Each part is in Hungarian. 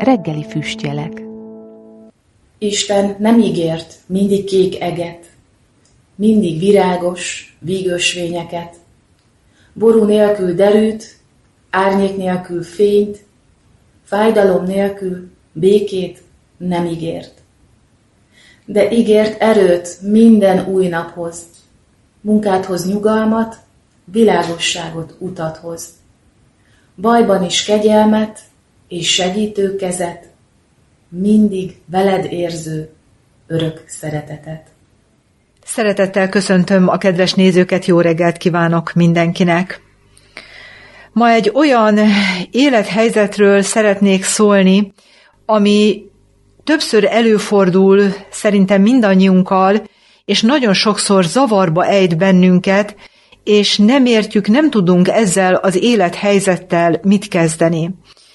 reggeli füstjelek. Isten nem ígért mindig kék eget, mindig virágos, vígösvényeket, ború nélkül derűt, árnyék nélkül fényt, fájdalom nélkül békét nem ígért. De ígért erőt minden új naphoz, munkát hoz nyugalmat, világosságot utat hoz. Bajban is kegyelmet és segítő kezet, mindig veled érző örök szeretetet. Szeretettel köszöntöm a kedves nézőket, jó reggelt kívánok mindenkinek! Ma egy olyan élethelyzetről szeretnék szólni, ami többször előfordul szerintem mindannyiunkkal, és nagyon sokszor zavarba ejt bennünket, és nem értjük, nem tudunk ezzel az élethelyzettel mit kezdeni.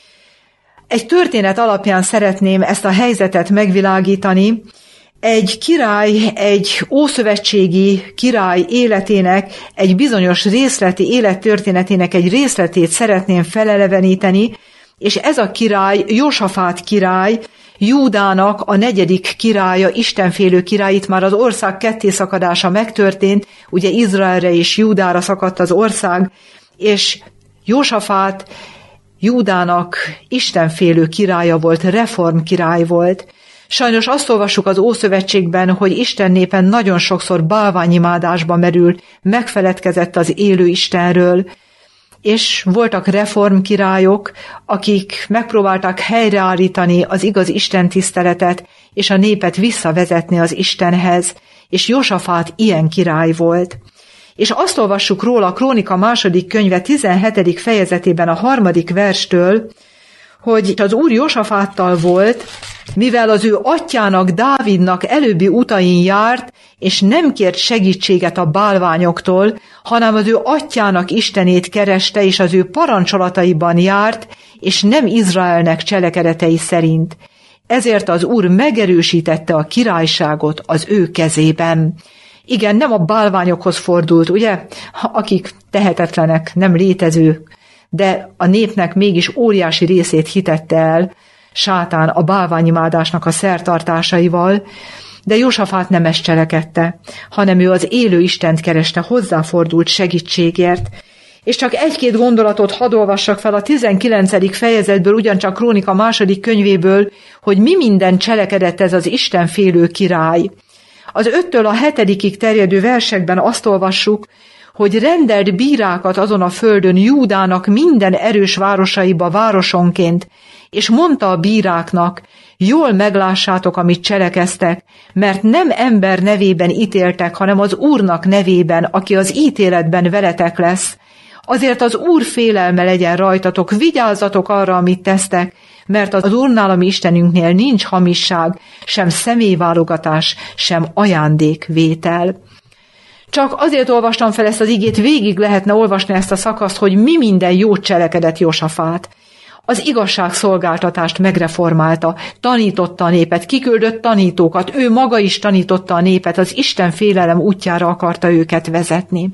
Egy történet alapján szeretném ezt a helyzetet megvilágítani. Egy király, egy ószövetségi király életének, egy bizonyos részleti élettörténetének egy részletét szeretném feleleveníteni, és ez a király, Jósafát király, Júdának a 4. királya, istenfélő király. Itt már az ország kettészakadása megtörtént, ugye Izraelre és Júdára szakadt az ország, és Jósafát Júdának istenfélő királya volt, reform király volt. Sajnos azt olvassuk az Ószövetségben, hogy Isten népen nagyon sokszor bálványimádásba merült, megfeledkezett az élő Istenről, és voltak reformkirályok, akik megpróbálták helyreállítani az igaz istentiszteletet, és a népet visszavezetni az Istenhez, és Jósafát ilyen király volt. És azt olvassuk róla a Krónika 2. könyve 17. fejezetében a 3. verstől, hogy az Úr Jósafáttal volt, mivel az ő atyának, Dávidnak előbbi utain járt, és nem kért segítséget a bálványoktól, hanem az ő atyának Istenét kereste, és az ő parancsolataiban járt, és nem Izraelnek cselekedetei szerint. Ezért az Úr megerősítette a királyságot az ő kezében. Igen, nem a bálványokhoz fordult, ugye, akik tehetetlenek, nem létezők, de a népnek mégis óriási részét hitette el sátán a bálványimádásnak a szertartásaival, de Jósafát nem ezt cselekedte, hanem ő az élő Istent kereste, hozzáfordult segítségért. És csak egy-két gondolatot hadd olvassak fel a 19. fejezetből, ugyancsak Krónika 2. könyvéből, hogy mi minden cselekedett ez az istenfélő király. Az 5-től a 7-ig terjedő versekben azt olvassuk, hogy rendelt bírákat azon a földön Júdának minden erős városaiba városonként, és mondta a bíráknak, jól meglássátok, amit cselekeztek, mert nem ember nevében ítéltek, hanem az Úrnak nevében, aki az ítéletben veletek lesz. Azért az Úr félelme legyen rajtatok, vigyázzatok arra, amit tesztek, mert az Úrnál, a mi Istenünknél nincs hamisság, sem személyválogatás, sem ajándékvétel. Csak azért olvastam fel ezt az igét, végig lehetne olvasni ezt a szakaszt, hogy mi minden jót cselekedett Jósafát. Az igazságszolgáltatást megreformálta, tanította a népet, kiküldött tanítókat, ő maga is tanította a népet, az Isten félelem útjára akarta őket vezetni.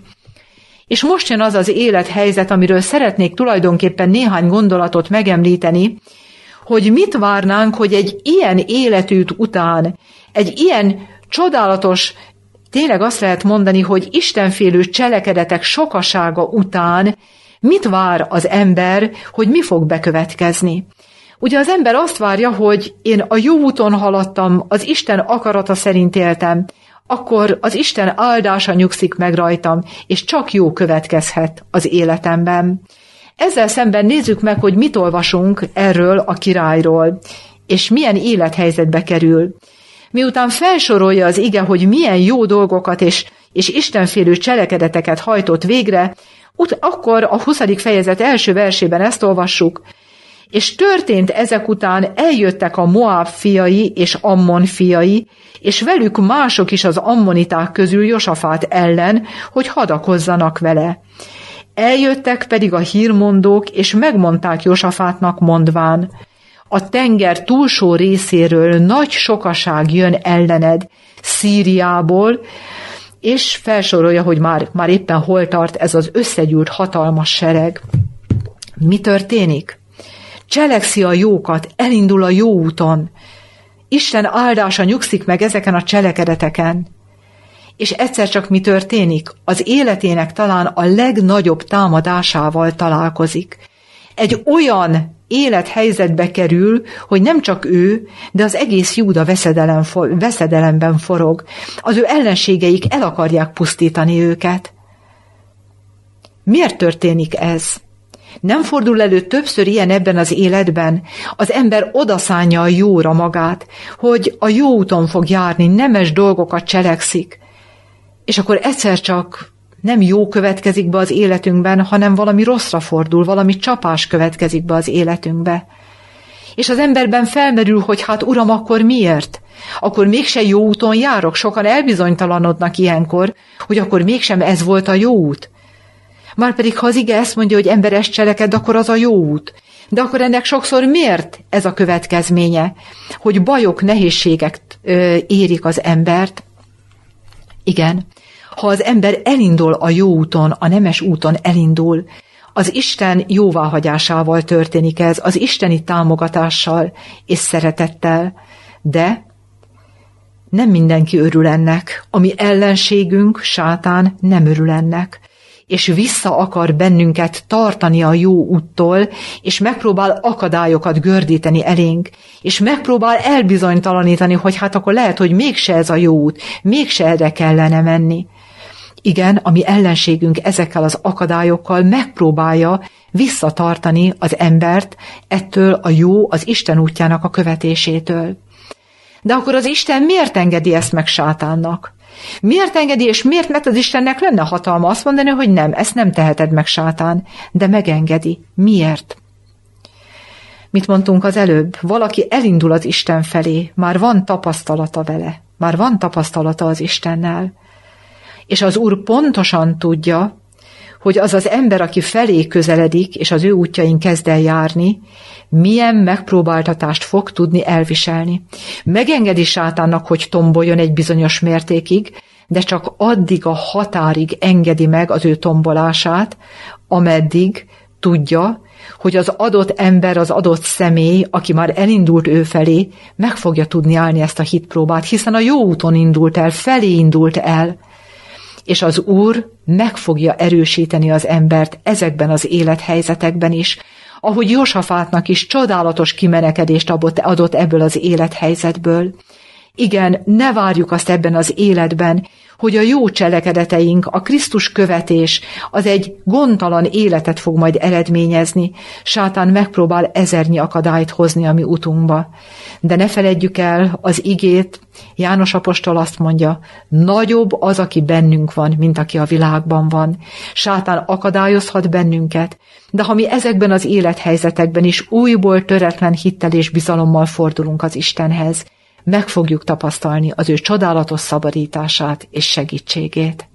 És most jön az az élethelyzet, amiről szeretnék tulajdonképpen néhány gondolatot megemlíteni, hogy mit várnánk, hogy egy ilyen életút után, egy ilyen csodálatos, tényleg azt lehet mondani, hogy istenfélő cselekedetek sokasága után mit vár az ember, hogy mi fog bekövetkezni. Ugye az ember azt várja, hogy én a jó úton haladtam, az Isten akarata szerint éltem, akkor az Isten áldása nyugszik meg rajtam, és csak jó következhet az életemben. Ezzel szemben nézzük meg, hogy mit olvasunk erről a királyról, és milyen élethelyzetbe kerül. Miután felsorolja az ige, hogy milyen jó dolgokat és istenfélő cselekedeteket hajtott végre, akkor a 20. fejezet első versében ezt olvassuk, és történt ezek után, eljöttek a Moab fiai és Ammon fiai, és velük mások is az ammoniták közül Jósafát ellen, hogy hadakozzanak vele. Eljöttek pedig a hírmondók, és megmondták Jósafátnak mondván, a tenger túlsó részéről nagy sokaság jön ellened, Szíriából, és felsorolja, hogy már éppen hol tart ez az összegyűlt hatalmas sereg. Mi történik? cselekszi a jókat, elindul a jó úton. Isten áldása nyugszik meg ezeken a cselekedeteken. És egyszer csak mi történik? Az életének talán a legnagyobb támadásával találkozik. Egy olyan élethelyzetbe kerül, hogy nem csak ő, de az egész Júda veszedelemben forog. Az ő ellenségeik el akarják pusztítani őket. Miért történik ez? Nem fordul elő többször ilyen ebben az életben? Az ember odaszánja a jóra magát, hogy a jó úton fog járni, nemes dolgokat cselekszik. És akkor egyszer csak nem jó következik be az életünkben, hanem valami rosszra fordul, valami csapás következik be az életünkbe. És az emberben felmerül, hogy hát Uram, akkor miért? Akkor mégse jó úton járok? Sokan elbizonytalanodnak ilyenkor, hogy akkor mégsem ez volt a jó út. Márpedig, ha az ige ezt mondja, hogy ember ezt cseleked, akkor az a jó út. De akkor ennek sokszor miért ez a következménye? Hogy bajok, nehézségek érik az embert? Igen, ha az ember elindul a jó úton, a nemes úton elindul, az Isten jóváhagyásával történik ez, az isteni támogatással és szeretettel, de nem mindenki örül ennek. A mi ellenségünk, sátán nem örül ennek, és vissza akar bennünket tartani a jó úttól, és megpróbál akadályokat gördíteni elénk, és megpróbál elbizonytalanítani, hogy hát akkor lehet, hogy mégse ez a jó út, mégse erre kellene menni. Igen, a mi ellenségünk ezekkel az akadályokkal megpróbálja visszatartani az embert ettől a jó, az Isten útjának a követésétől. De akkor az Isten miért engedi ezt meg sátánnak? Miért engedi, és miért? Mert az Istennek lenne hatalma azt mondani, hogy nem, ezt nem teheted meg, sátán, de megengedi. Miért? Mit mondtunk az előbb? Valaki elindul az Isten felé, már van tapasztalata vele, már van tapasztalata az Istennel. És az Úr pontosan tudja, hogy az az ember, aki felé közeledik, és az ő útjain kezd el járni, milyen megpróbáltatást fog tudni elviselni. Megengedi sátánnak, hogy tomboljon egy bizonyos mértékig, de csak addig a határig engedi meg az ő tombolását, ameddig tudja, hogy az adott ember, az adott személy, aki már elindult ő felé, meg fogja tudni állni ezt a hitpróbát, hiszen a jó úton indult el, felé indult el, és az Úr meg fogja erősíteni az embert ezekben az élethelyzetekben is, ahogy Jósafátnak is csodálatos kimenekedést adott ebből az élethelyzetből. Igen, ne várjuk azt ebben az életben, hogy a jó cselekedeteink, a Krisztus követés, az egy gondtalan életet fog majd eredményezni. Sátán megpróbál ezernyi akadályt hozni a mi utunkba. De ne feledjük el az igét, János apostol azt mondja, nagyobb az, aki bennünk van, mint aki a világban van. Sátán akadályozhat bennünket, de ha mi ezekben az élethelyzetekben is újból töretlen hittel és bizalommal fordulunk az Istenhez, meg fogjuk tapasztalni az ő csodálatos szabadítását és segítségét.